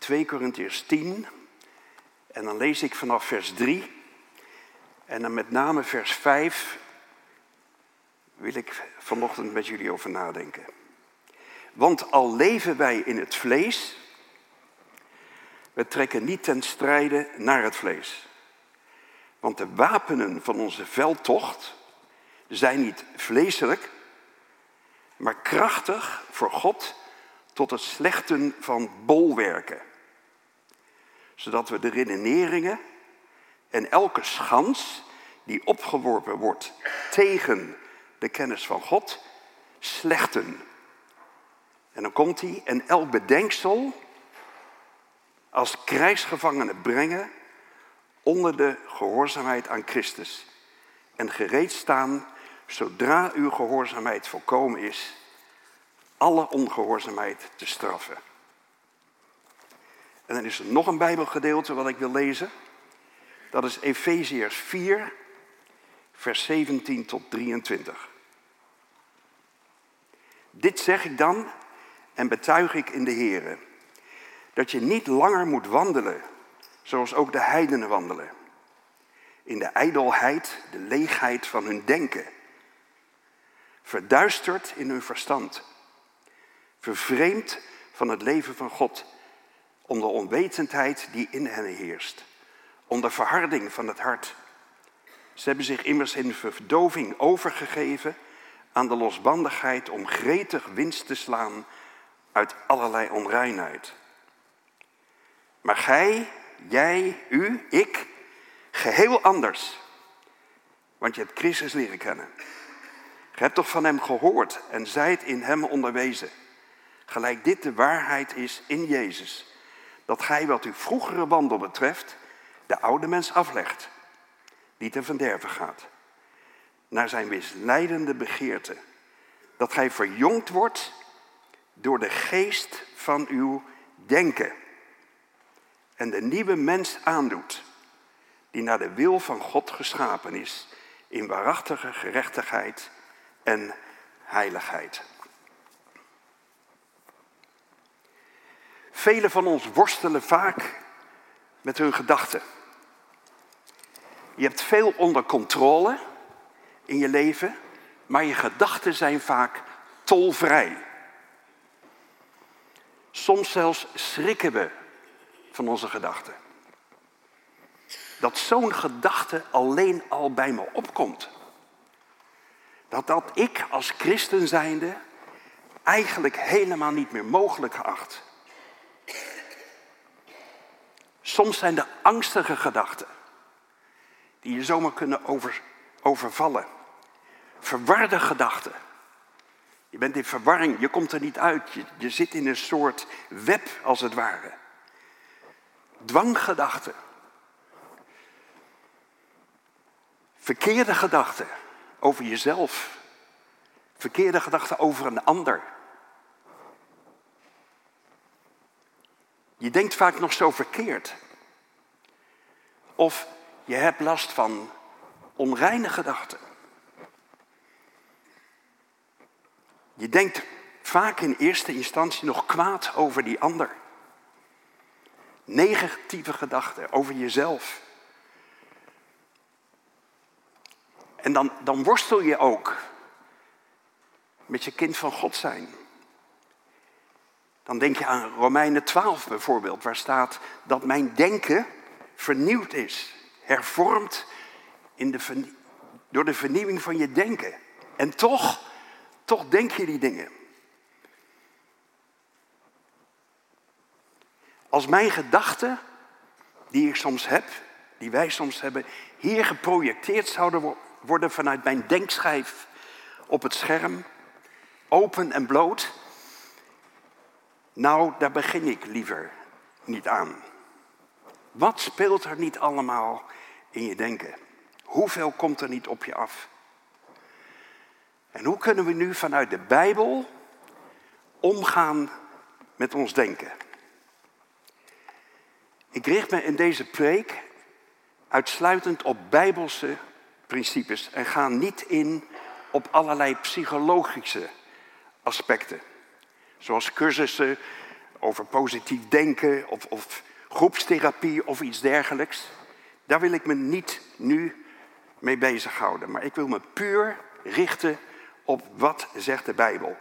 2 Korintiërs 10. En dan lees ik vanaf vers 3. En dan met name vers 5 wil ik vanochtend met jullie over nadenken. Want al leven wij in het vlees, we trekken niet ten strijde naar het vlees. Want de wapenen van onze veldtocht zijn niet vleeselijk, maar krachtig voor God tot het slechten van bolwerken. Zodat we de redeneringen en elke schans die opgeworpen wordt tegen de kennis van God, slechten. En dan komt hij, en elk bedenksel als krijgsgevangene brengen onder de gehoorzaamheid aan Christus. En gereed staan, zodra uw gehoorzaamheid volkomen is, alle ongehoorzaamheid te straffen. En dan is er nog een Bijbelgedeelte wat ik wil lezen. Dat is Efeziërs 4, vers 17 tot 23. Dit zeg ik dan en betuig ik in de Here, dat je niet langer moet wandelen zoals ook de heidenen wandelen. In de ijdelheid, de leegheid van hun denken. Verduisterd in hun verstand. Vervreemd van het leven van God. Om de onwetendheid die in hen heerst. Om de verharding van het hart. Ze hebben zich immers in verdoving overgegeven aan de losbandigheid om gretig winst te slaan uit allerlei onreinheid. Maar gij, jij, u, ik, geheel anders. Want je hebt Christus leren kennen. Je hebt toch van hem gehoord en zijt in hem onderwezen. Gelijk dit de waarheid is in Jezus. Dat gij wat uw vroegere wandel betreft, de oude mens aflegt. Die ten verderven gaat. Naar zijn misleidende begeerte. Dat gij verjongd wordt door de geest van uw denken. En de nieuwe mens aandoet. Die naar de wil van God geschapen is. In waarachtige gerechtigheid en heiligheid. Velen van ons worstelen vaak met hun gedachten. Je hebt veel onder controle in je leven, maar je gedachten zijn vaak tolvrij. Soms zelfs schrikken we van onze gedachten. Dat zo'n gedachte alleen al bij me opkomt. Dat ik als christen zijnde eigenlijk helemaal niet meer mogelijk geacht. Soms zijn er angstige gedachten die je zomaar kunnen overvallen. Verwarde gedachten. Je bent in verwarring, je komt er niet uit. Je zit in een soort web als het ware. Dwanggedachten. Verkeerde gedachten over jezelf. Verkeerde gedachten over een ander. Je denkt vaak nog zo verkeerd. Of je hebt last van onreine gedachten. Je denkt vaak in eerste instantie nog kwaad over die ander. Negatieve gedachten over jezelf. En dan worstel je ook met je kind van God zijn. Dan denk je aan Romeinen 12 bijvoorbeeld, waar staat dat mijn denken vernieuwd is. Hervormd door de vernieuwing van je denken. En toch denk je die dingen. Als mijn gedachten, die ik soms heb, die wij soms hebben, hier geprojecteerd zouden worden vanuit mijn denkschijf op het scherm, open en bloot, nou, daar begin ik liever niet aan. Wat speelt er niet allemaal in je denken? Hoeveel komt er niet op je af? En hoe kunnen we nu vanuit de Bijbel omgaan met ons denken? Ik richt me in deze preek uitsluitend op Bijbelse principes en ga niet in op allerlei psychologische aspecten. Zoals cursussen over positief denken of groepstherapie of iets dergelijks. Daar wil ik me niet nu mee bezighouden. Maar ik wil me puur richten op wat zegt de Bijbel.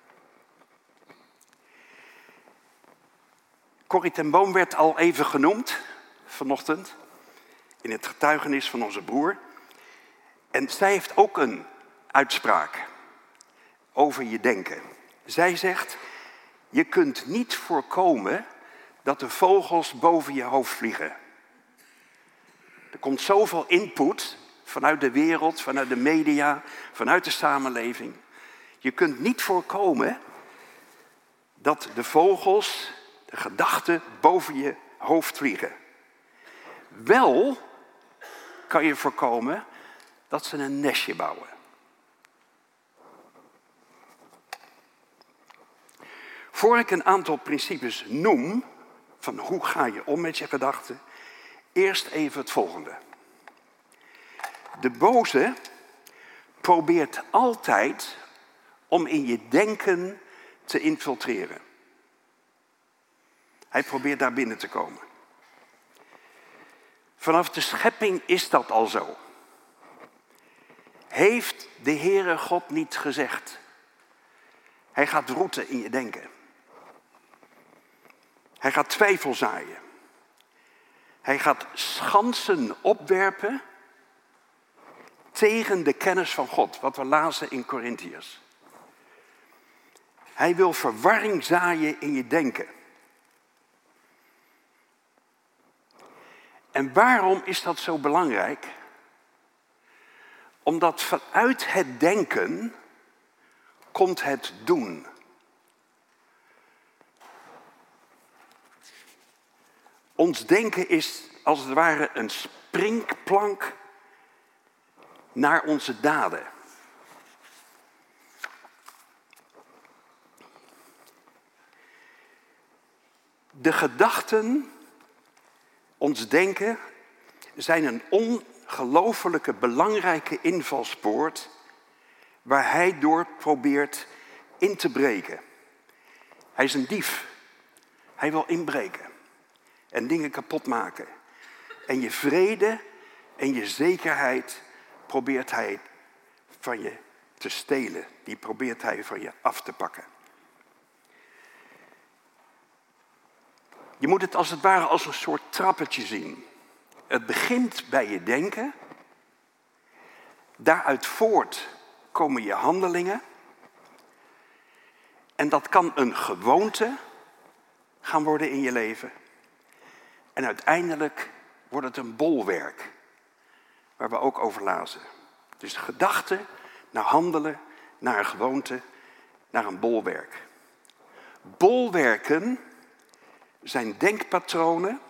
Corrie ten Boom werd al even genoemd vanochtend in het getuigenis van onze broer. En zij heeft ook een uitspraak over je denken. Zij zegt, je kunt niet voorkomen dat de vogels boven je hoofd vliegen. Er komt zoveel input vanuit de wereld, vanuit de media, vanuit de samenleving. Je kunt niet voorkomen dat de vogels, de gedachten boven je hoofd vliegen. Wel kan je voorkomen dat ze een nestje bouwen. Voor ik een aantal principes noem, van hoe ga je om met je gedachten, eerst even het volgende. De boze probeert altijd om in je denken te infiltreren. Hij probeert daar binnen te komen. Vanaf de schepping is dat al zo. Heeft de Heere God niet gezegd? Hij gaat roeten in je denken. Hij gaat twijfel zaaien. Hij gaat schansen opwerpen tegen de kennis van God, wat we lazen in Korintiërs. Hij wil verwarring zaaien in je denken. En waarom is dat zo belangrijk? Omdat vanuit het denken komt het doen. Ons denken is als het ware een springplank naar onze daden. De gedachten, ons denken, zijn een ongelofelijke belangrijke invalspoort waar hij door probeert in te breken. Hij is een dief. Hij wil inbreken en dingen kapot maken. En je vrede en je zekerheid probeert hij van je te stelen. Die probeert hij van je af te pakken. Je moet het als het ware als een soort trappetje zien. Het begint bij je denken. Daaruit voort komen je handelingen. En dat kan een gewoonte gaan worden in je leven. En uiteindelijk wordt het een bolwerk. Waar we ook over lazen. Dus gedachten naar handelen, naar een gewoonte, naar een bolwerk. Bolwerken zijn denkpatronen,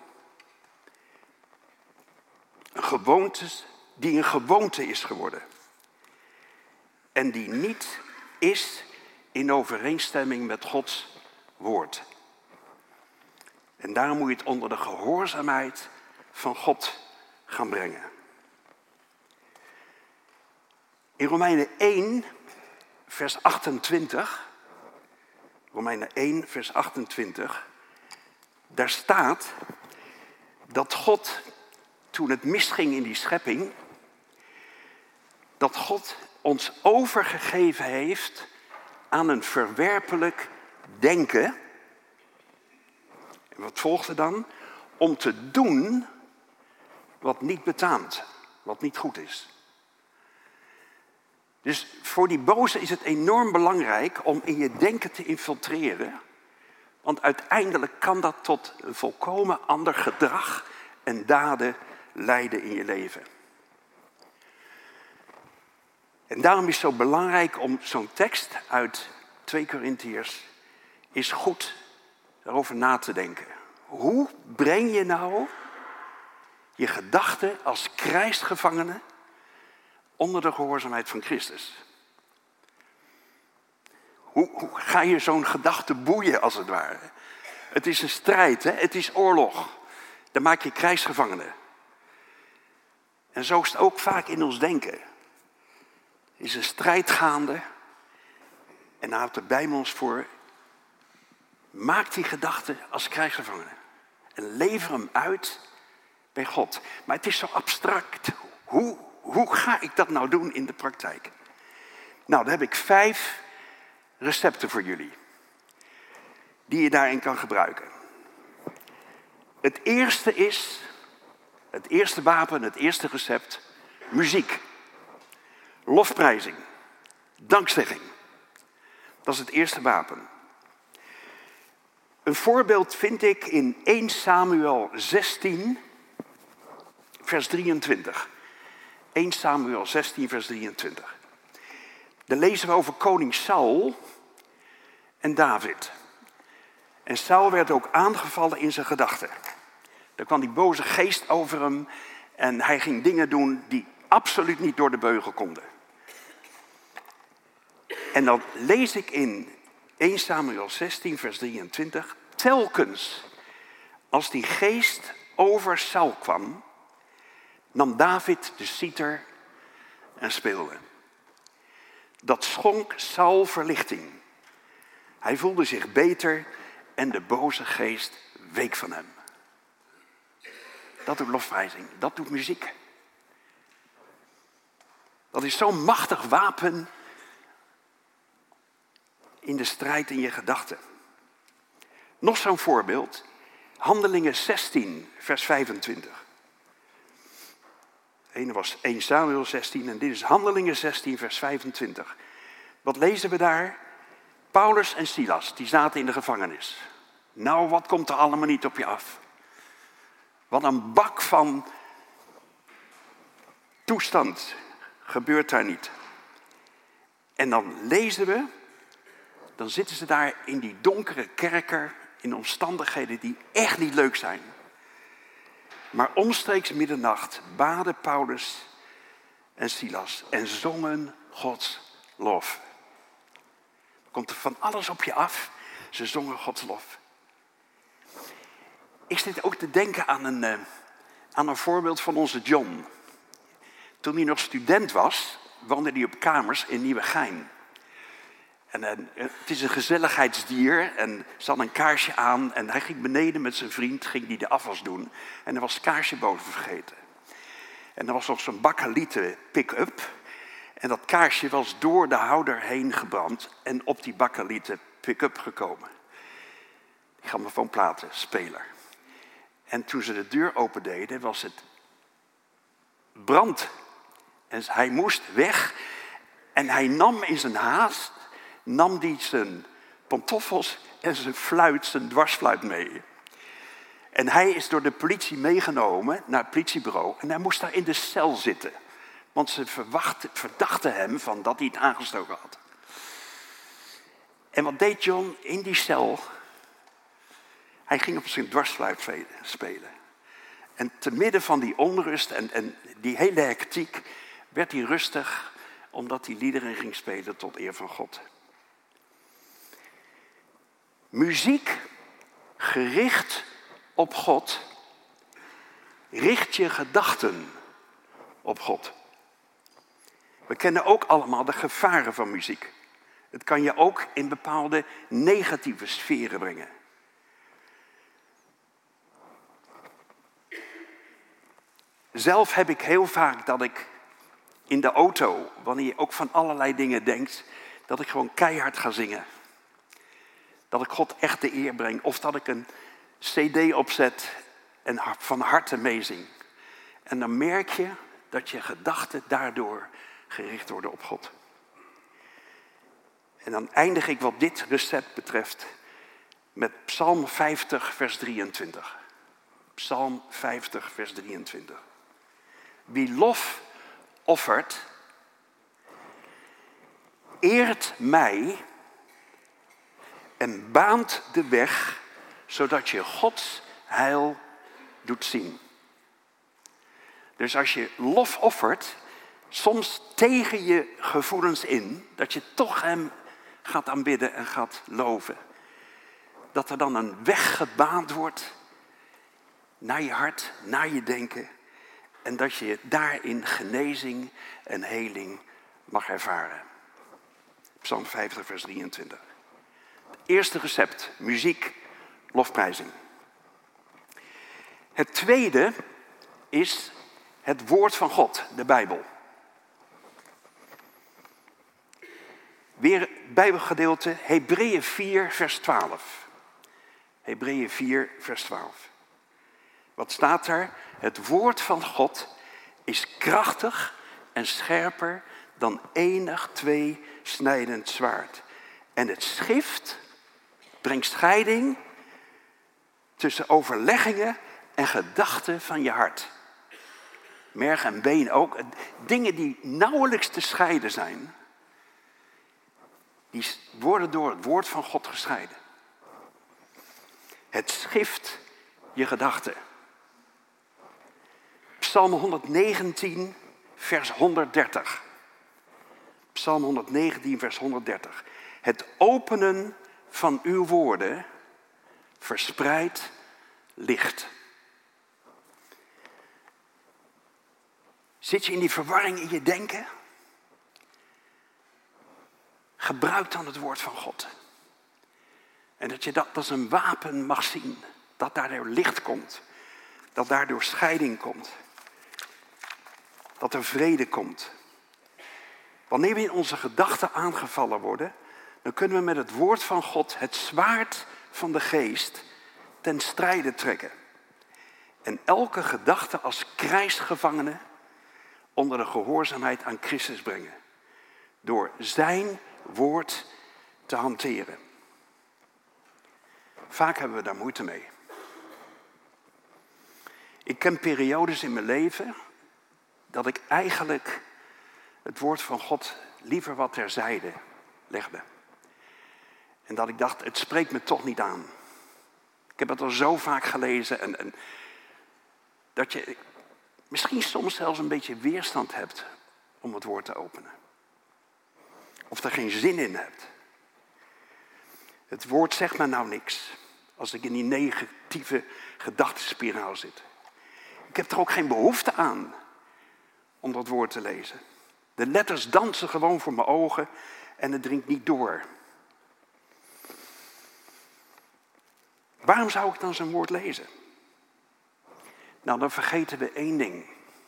gewoontes die een gewoonte is geworden. En die niet is in overeenstemming met Gods woord. En daarom moet je het onder de gehoorzaamheid van God gaan brengen. In Romeinen 1, vers 28, Romeinen 1, vers 28, daar staat dat God, toen het misging in die schepping, dat God ons overgegeven heeft aan een verwerpelijk denken. En wat volgde dan? Om te doen wat niet betaamt, wat niet goed is. Dus voor die boze is het enorm belangrijk om in je denken te infiltreren. Want uiteindelijk kan dat tot een volkomen ander gedrag en daden leiden in je leven. En daarom is het zo belangrijk om zo'n tekst uit 2 Korintiërs is goed daarover na te denken. Hoe breng je nou je gedachten als krijgsgevangene onder de gehoorzaamheid van Christus? Hoe ga je zo'n gedachte boeien als het ware? Het is een strijd, hè? Het is oorlog. Dan maak je krijgsgevangenen. En zo is het ook vaak in ons denken. Er is een strijd gaande. En dan houdt de Bijbel ons voor. Maak die gedachte als krijgsgevangene. En lever hem uit bij God. Maar het is zo abstract. Hoe ga ik dat nou doen in de praktijk? Nou, dan heb ik 5 recepten voor jullie. Die je daarin kan gebruiken. Het eerste wapen, het eerste recept, muziek. Lofprijzing. Dankzegging. Dat is het eerste wapen. Een voorbeeld vind ik in 1 Samuel 16, vers 23. 1 Samuel 16, vers 23. Daar lezen we over koning Saul en David. En Saul werd ook aangevallen in zijn gedachten. Er kwam die boze geest over hem en hij ging dingen doen die absoluut niet door de beugel konden. En dan lees ik in 1 Samuel 16, vers 23. Telkens als die geest over Saul kwam, nam David de citer en speelde. Dat schonk Saul verlichting. Hij voelde zich beter en de boze geest week van hem. Dat doet lofprijzing, dat doet muziek. Dat is zo'n machtig wapen in de strijd in je gedachten. Nog zo'n voorbeeld, Handelingen 16, vers 25. De ene was 1 Samuel 16 en dit is Handelingen 16, vers 25. Wat lezen we daar? Paulus en Silas, die zaten in de gevangenis. Nou, wat komt er allemaal niet op je af? Wat een bak van toestand gebeurt daar niet. En dan lezen we, dan zitten ze daar in die donkere kerker, in omstandigheden die echt niet leuk zijn. Maar omstreeks middernacht baden Paulus en Silas en zongen Gods lof. Er komt er van alles op je af, ze zongen Gods lof. Ik zit ook te denken aan een voorbeeld van onze John. Toen hij nog student was, woonde hij op kamers in Nieuwegein. En het is een gezelligheidsdier en ze had een kaarsje aan en hij ging beneden met zijn vriend, ging die de afwas doen. En er was het kaarsje boven vergeten. En er was nog zo'n bakkelieten pick-up. En dat kaarsje was door de houder heen gebrand en op die bakkelieten pick-up gekomen. Die grammofoonplatenspeler. En toen ze de deur opendeden was het brand. En hij moest weg en hij nam in zijn haast zijn pantoffels en zijn fluit, zijn dwarsfluit mee. En hij is door de politie meegenomen naar het politiebureau en hij moest daar in de cel zitten. Want ze verdachten hem van dat hij het aangestoken had. En wat deed John in die cel? Hij ging op zijn dwarsfluit spelen. En te midden van die onrust en die hele hectiek werd hij rustig, omdat hij liederen ging spelen tot eer van God. Muziek gericht op God richt je gedachten op God. We kennen ook allemaal de gevaren van muziek. Het kan je ook in bepaalde negatieve sferen brengen. Zelf heb ik heel vaak dat ik in de auto, wanneer je ook van allerlei dingen denkt, dat ik gewoon keihard ga zingen. Dat ik God echt de eer breng. Of dat ik een cd opzet en van harte meezing. En dan merk je dat je gedachten daardoor gericht worden op God. En dan eindig ik wat dit recept betreft met Psalm 50, vers 23. Psalm 50, vers 23. Wie lof offert, eert mij en baant de weg, zodat je Gods heil doet zien. Dus als je lof offert, soms tegen je gevoelens in, dat je toch hem gaat aanbidden en gaat loven. Dat er dan een weg gebaand wordt naar je hart, naar je denken. En dat je daarin genezing en heling mag ervaren. Psalm 50, vers 23. Het Eerste recept, muziek, lofprijzing. Het tweede is het woord van God, de Bijbel. Weer Bijbelgedeelte, Hebreeën 4, vers 12. Hebreeën 4, vers 12. Wat staat daar? Het woord van God is krachtig en scherper dan enig tweesnijdend zwaard. En het schrift brengt scheiding tussen overleggingen en gedachten van je hart. Merg en been ook. Dingen die nauwelijks te scheiden zijn. Die worden door het woord van God gescheiden. Het schift je gedachten. Psalm 119, vers 130. Psalm 119, vers 130. Het openen van uw woorden verspreidt licht. Zit je in die verwarring in je denken? Gebruik dan het woord van God. En dat je dat als een wapen mag zien. Dat daardoor licht komt. Dat daardoor scheiding komt. Dat er vrede komt. Wanneer we in onze gedachten aangevallen worden, dan kunnen we met het woord van God het zwaard van de geest ten strijde trekken. En elke gedachte als krijgsgevangene onder de gehoorzaamheid aan Christus brengen. Door zijn woord te hanteren. Vaak hebben we daar moeite mee. Ik ken periodes in mijn leven dat ik eigenlijk het woord van God liever wat terzijde legde. En dat ik dacht, het spreekt me toch niet aan. Ik heb het al zo vaak gelezen en dat je misschien soms zelfs een beetje weerstand hebt om het woord te openen. Of er geen zin in hebt. Het woord zegt me nou niks als ik in die negatieve gedachtenspiraal zit. Ik heb er ook geen behoefte aan om dat woord te lezen. De letters dansen gewoon voor mijn ogen en het dringt niet door. Waarom zou ik dan zijn woord lezen? Nou, dan vergeten we één ding.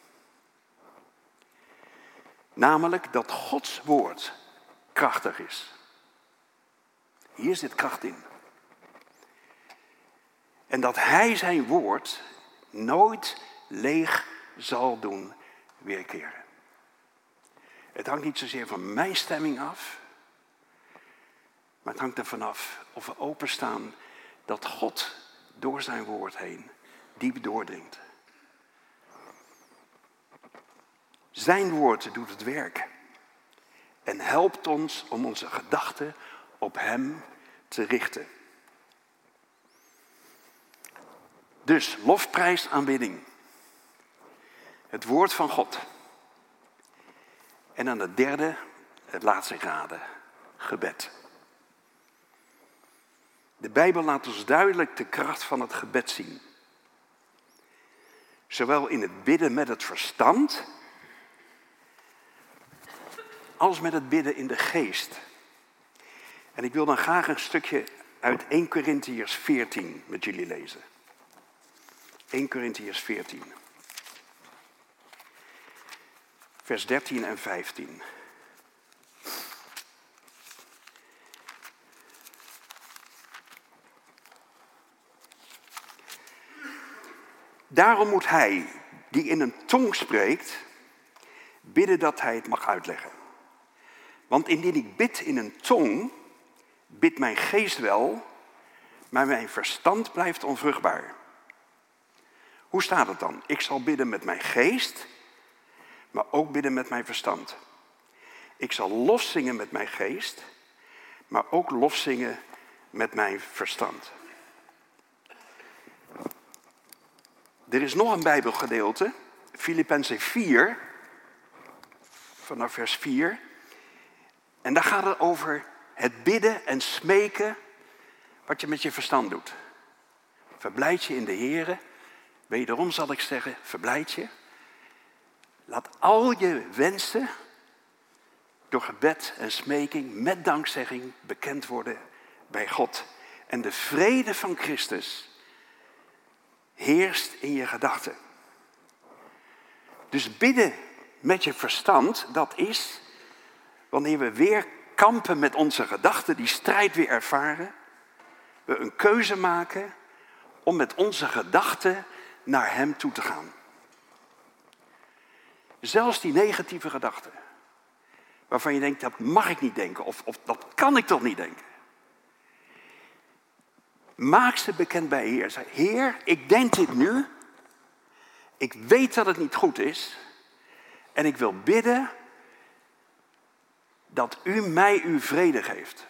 Namelijk dat Gods woord krachtig is. Hier zit kracht in. En dat hij zijn woord nooit leeg zal doen weerkeren. Het hangt niet zozeer van mijn stemming af. Maar het hangt ervan af of we openstaan dat God door zijn woord heen diep doordringt. Zijn woord doet het werk. En helpt ons om onze gedachten op hem te richten. Dus lofprijs, aanbidding. Het woord van God. En dan het derde, het laatste raden, gebed. De Bijbel laat ons duidelijk de kracht van het gebed zien. Zowel in het bidden met het verstand, als met het bidden in de geest. En ik wil dan graag een stukje uit 1 Korintiërs 14 met jullie lezen. 1 Korintiërs 14. Vers 13 en 15. Daarom moet hij, die in een tong spreekt, bidden dat hij het mag uitleggen. Want indien ik bid in een tong, bidt mijn geest wel, maar mijn verstand blijft onvruchtbaar. Hoe staat het dan? Ik zal bidden met mijn geest, maar ook bidden met mijn verstand. Ik zal lofzingen met mijn geest, maar ook lofzingen met mijn verstand. Er is nog een Bijbelgedeelte, Filippenzen 4, vanaf vers 4. En daar gaat het over het bidden en smeken wat je met je verstand doet. Verblijd je in de Here. Wederom zal ik zeggen, verblijd je. Laat al je wensen door gebed en smeking met dankzegging bekend worden bij God. En de vrede van Christus heerst in je gedachten. Dus bidden met je verstand, dat is wanneer we weer kampen met onze gedachten, die strijd weer ervaren, we een keuze maken om met onze gedachten naar hem toe te gaan. Zelfs die negatieve gedachten, waarvan je denkt, dat mag ik niet denken, of dat kan ik toch niet denken. Maak ze bekend bij Heer. Zeg, Heer, ik denk dit nu. Ik weet dat het niet goed is. En ik wil bidden dat u mij uw vrede geeft.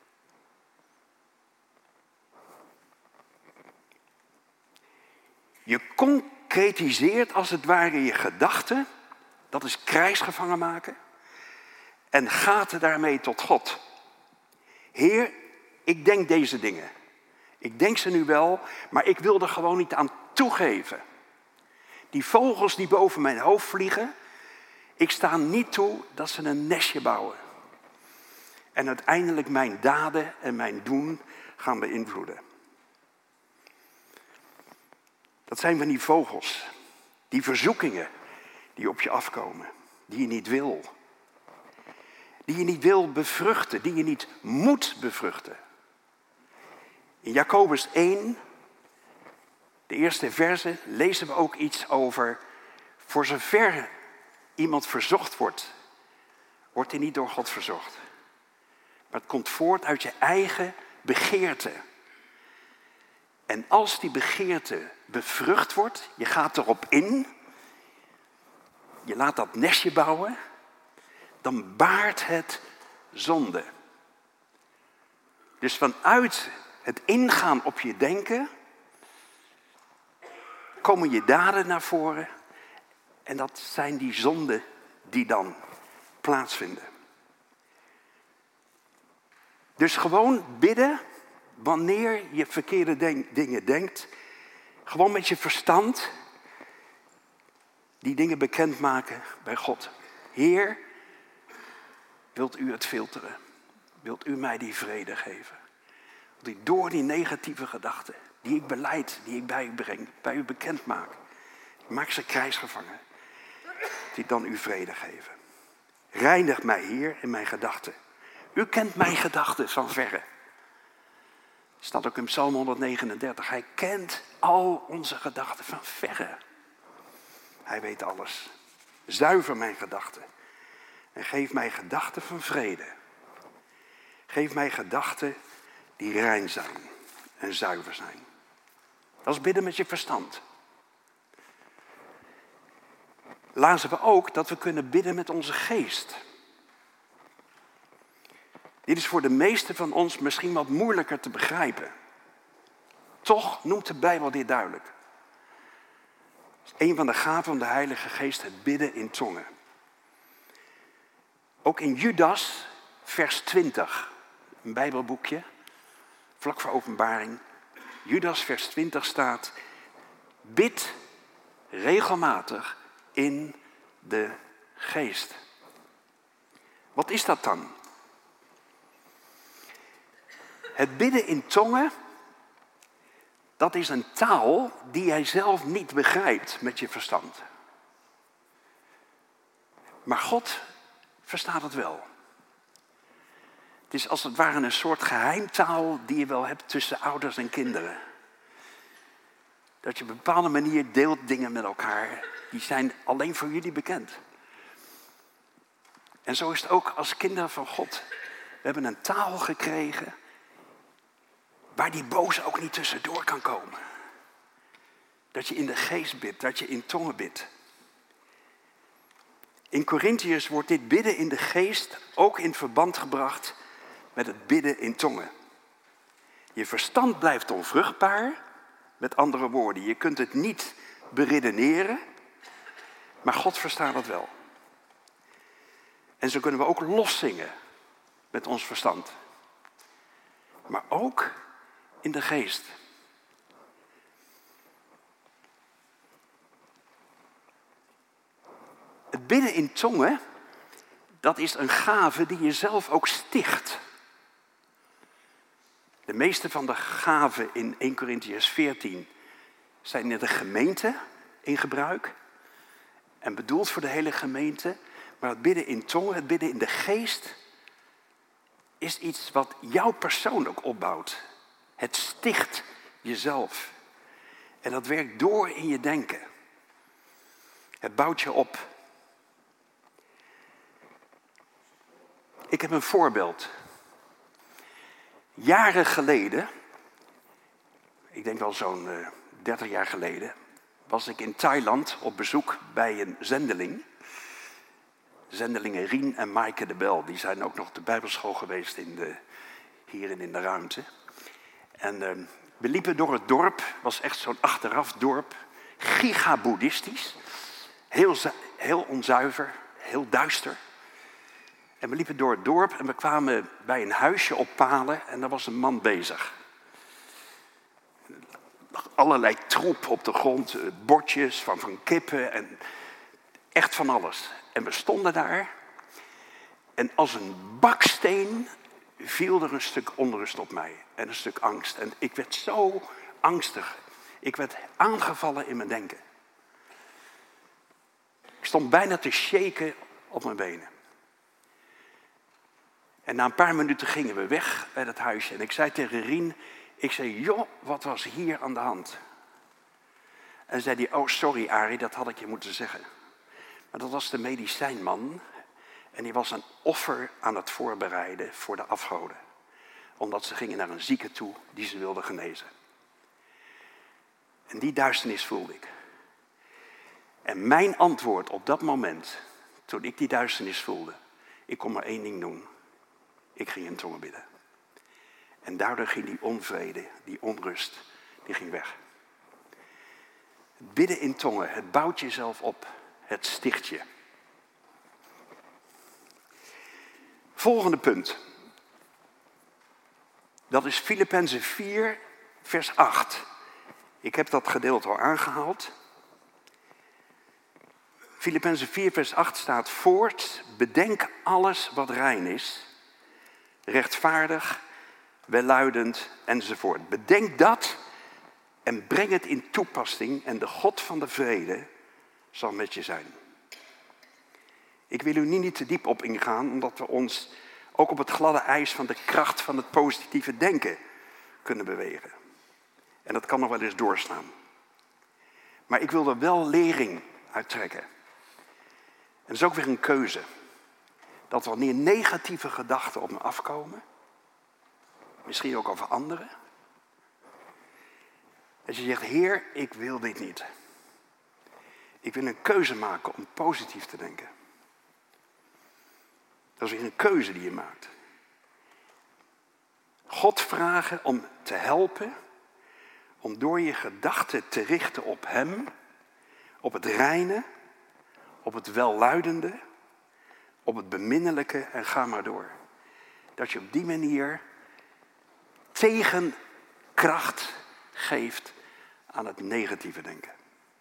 Je concretiseert als het ware je gedachten. Dat is krijgsgevangen maken. En gaat daarmee tot God. Heer, ik denk deze dingen. Ik denk ze nu wel, maar ik wil er gewoon niet aan toegeven. Die vogels die boven mijn hoofd vliegen, ik sta niet toe dat ze een nestje bouwen. En uiteindelijk mijn daden en mijn doen gaan beïnvloeden. Dat zijn van die vogels, die verzoekingen die op je afkomen, die je niet wil. Die je niet wil bevruchten, die je niet moet bevruchten. In Jacobus 1, de eerste verse, lezen we ook iets over, voor zover iemand verzocht wordt, wordt hij niet door God verzocht. Maar het komt voort uit je eigen begeerte. En als die begeerte bevrucht wordt, je gaat erop in, je laat dat nestje bouwen, dan baart het zonde. Dus vanuit het ingaan op je denken, komen je daden naar voren. En dat zijn die zonden die dan plaatsvinden. Dus gewoon bidden wanneer je verkeerde dingen denkt. Gewoon met je verstand die dingen bekendmaken bij God. Heer, wilt u het filteren? Wilt u mij die vrede geven? Dat ik door die negatieve gedachten, die ik belijd, die ik bij u breng, bij u bekend maak. Ik maak ze krijgsgevangen. Die dan u vrede geven. Reinig mij, Heer, in mijn gedachten. U kent mijn gedachten van verre. Staat ook in Psalm 139. Hij kent al onze gedachten van verre. Hij weet alles. Zuiver mijn gedachten. En geef mij gedachten van vrede. Geef mij gedachten die rein zijn en zuiver zijn. Dat is bidden met je verstand. Lazen we ook dat we kunnen bidden met onze geest. Dit is voor de meesten van ons misschien wat moeilijker te begrijpen. Toch noemt de Bijbel dit duidelijk. Het is een van de gaven van de Heilige Geest, het bidden in tongen. Ook in Judas, vers 20, een Bijbelboekje, vlak voor Openbaring. Judas, vers 20 staat, bid regelmatig in de geest. Wat is dat dan? Het bidden in tongen, dat is een taal die jij zelf niet begrijpt met je verstand. Maar God verstaat het wel. Het is als het ware een soort geheimtaal die je wel hebt tussen ouders en kinderen. Dat je op een bepaalde manier deelt dingen met elkaar, die zijn alleen voor jullie bekend. En zo is het ook als kinderen van God. We hebben een taal gekregen waar die boze ook niet tussendoor kan komen. Dat je in de geest bidt, dat je in tongen bidt. In Korintiërs wordt dit bidden in de geest ook in verband gebracht met het bidden in tongen. Je verstand blijft onvruchtbaar, met andere woorden. Je kunt het niet beredeneren, maar God verstaat het wel. En zo kunnen we ook loszingen met ons verstand. Maar ook in de geest. Het bidden in tongen, dat is een gave die je zelf ook sticht. De meeste van de gaven in 1 Korintiërs 14 zijn in de gemeente in gebruik. En bedoeld voor de hele gemeente. Maar het bidden in tongen, het bidden in de geest, is iets wat jouw persoon ook opbouwt. Het sticht jezelf. En dat werkt door in je denken. Het bouwt je op. Ik heb een voorbeeld. Jaren geleden, ik denk wel zo'n 30 jaar geleden, was ik in Thailand op bezoek bij een zendeling. Zendelingen Rien en Maaike de Bel, die zijn ook nog op de Bijbelschool geweest hier in de ruimte. En we liepen door het dorp, was echt zo'n achteraf dorp, giga-boeddhistisch, heel onzuiver, heel duister. En we liepen door het dorp en we kwamen bij een huisje op palen en daar was een man bezig. Allerlei troep op de grond, bordjes van kippen en echt van alles. En we stonden daar en als een baksteen viel er een stuk onrust op mij en een stuk angst. En ik werd zo angstig. Ik werd aangevallen in mijn denken. Ik stond bijna te shaken op mijn benen. En na een paar minuten gingen we weg bij dat huisje. En ik zei tegen Rien, joh, wat was hier aan de hand? En zei hij, oh sorry Arie, dat had ik je moeten zeggen. Maar dat was de medicijnman. En die was een offer aan het voorbereiden voor de afgoden. Omdat ze gingen naar een zieke toe die ze wilden genezen. En die duisternis voelde ik. En mijn antwoord op dat moment, toen ik die duisternis voelde, ik kon maar één ding doen. Ik ging in tongen bidden. En daardoor ging die onvrede, die onrust, die ging weg. Het bidden in tongen, het bouwt jezelf op. Het sticht je. Volgende punt. Dat is Filippenzen 4, vers 8. Ik heb dat gedeelte al aangehaald. Filippenzen 4, vers 8 staat voort. Bedenk alles wat rein is. Rechtvaardig, welluidend enzovoort. Bedenk dat en breng het in toepassing en de God van de vrede zal met je zijn. Ik wil u niet te diep op ingaan, omdat we ons ook op het gladde ijs van de kracht van het positieve denken kunnen bewegen. En dat kan nog wel eens doorslaan. Maar ik wil er wel lering uit trekken. En dat is ook weer een keuze. Dat wanneer negatieve gedachten op me afkomen, misschien ook over anderen, dat je zegt, Heer, ik wil dit niet. Ik wil een keuze maken om positief te denken. Dat is weer een keuze die je maakt. God vragen om te helpen, om door je gedachten te richten op Hem, op het reine, op het welluidende, op het beminnelijke en ga maar door. Dat je op die manier tegenkracht geeft aan het negatieve denken.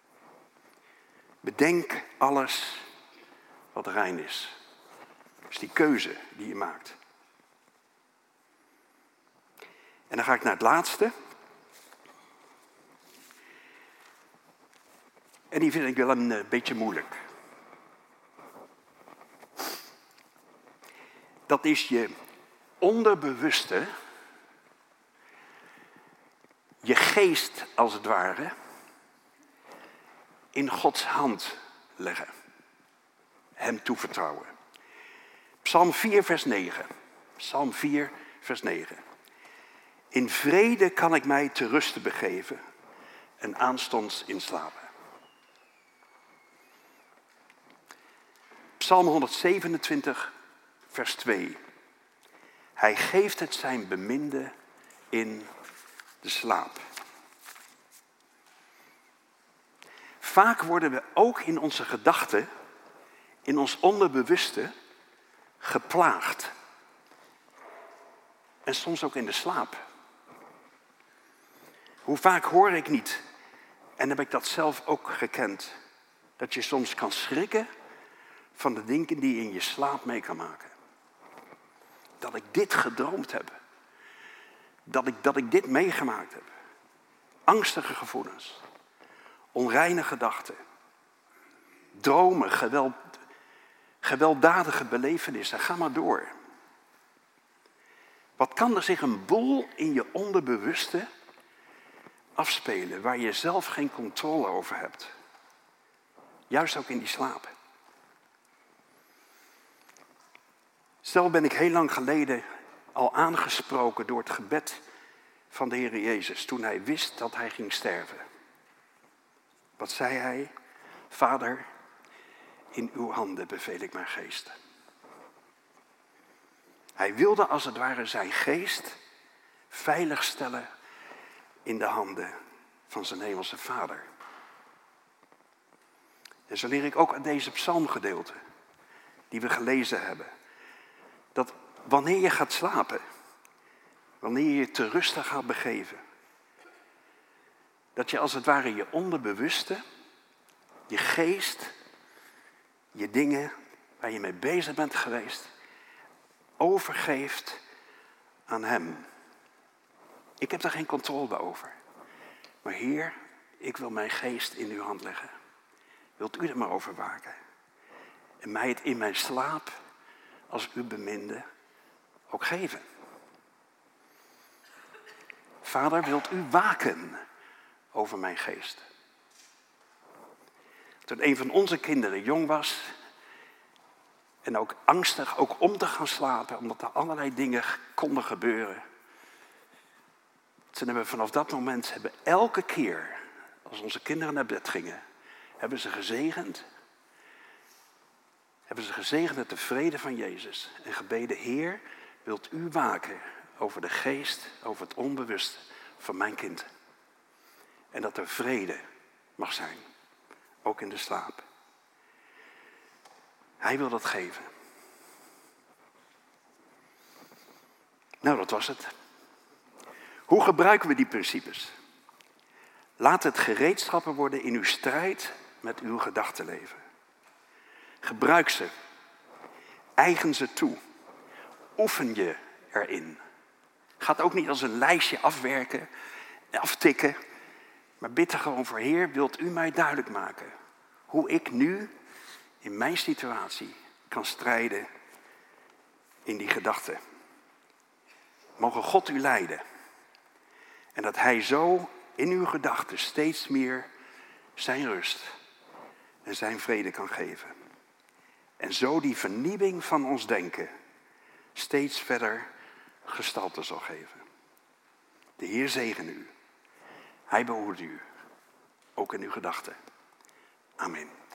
Bedenk alles wat rein is. Dat is die keuze die je maakt. En dan ga ik naar het laatste. En die vind ik wel een beetje moeilijk. Dat is je onderbewuste, je geest als het ware, in Gods hand leggen. Hem toevertrouwen. Psalm 4, vers 9. Psalm 4, vers 9. In vrede kan ik mij te rusten begeven en aanstonds inslapen. Psalm 127, vers 2. Hij geeft het zijn beminde in de slaap. Vaak worden we ook in onze gedachten, in ons onderbewuste, geplaagd. En soms ook in de slaap. Hoe vaak hoor ik niet, en heb ik dat zelf ook gekend, dat je soms kan schrikken van de dingen die je in je slaap mee kan maken. Dat ik dit gedroomd heb. dat ik dit meegemaakt heb. Angstige gevoelens, onreine gedachten, dromen, gewelddadige belevenissen. Ga maar door. Wat kan er zich een boel in je onderbewuste afspelen waar je zelf geen controle over hebt? Juist ook in die slaap. Zelf ben ik heel lang geleden al aangesproken door het gebed van de Heer Jezus toen hij wist dat hij ging sterven. Wat zei hij? Vader, in uw handen beveel ik mijn geest. Hij wilde als het ware zijn geest veiligstellen in de handen van zijn hemelse Vader. En zo leer ik ook uit deze psalmgedeelte die we gelezen hebben. Dat wanneer je gaat slapen, wanneer je je te rusten gaat begeven, dat je als het ware je onderbewuste, je geest, je dingen waar je mee bezig bent geweest, overgeeft aan hem. Ik heb daar geen controle over. Maar Heer, ik wil mijn geest in uw hand leggen. Wilt u er maar over waken? En mij het in mijn slaap, als u beminde, ook geven. Vader, wilt u waken over mijn geest? Toen een van onze kinderen jong was en ook angstig ook om te gaan slapen, omdat er allerlei dingen konden gebeuren. Toen hebben we vanaf dat moment, elke keer als onze kinderen naar bed gingen, hebben ze gezegend. Hebben ze gezegend met de vrede van Jezus en gebeden, Heer, wilt u waken over de geest, over het onbewust van mijn kind. En dat er vrede mag zijn, ook in de slaap. Hij wil dat geven. Nou, dat was het. Hoe gebruiken we die principes? Laat het gereedschappen worden in uw strijd met uw gedachtenleven. Gebruik ze. Eigen ze toe. Oefen je erin. Ga het ook niet als een lijstje afwerken, aftikken. Maar bid er gewoon voor, Heer, wilt u mij duidelijk maken hoe ik nu in mijn situatie kan strijden in die gedachten. Mogen God u leiden. En dat hij zo in uw gedachten steeds meer zijn rust en zijn vrede kan geven. En zo die vernieuwing van ons denken steeds verder gestalte zal geven. De Heer zegen u. Hij behoedt u, ook in uw gedachten. Amen.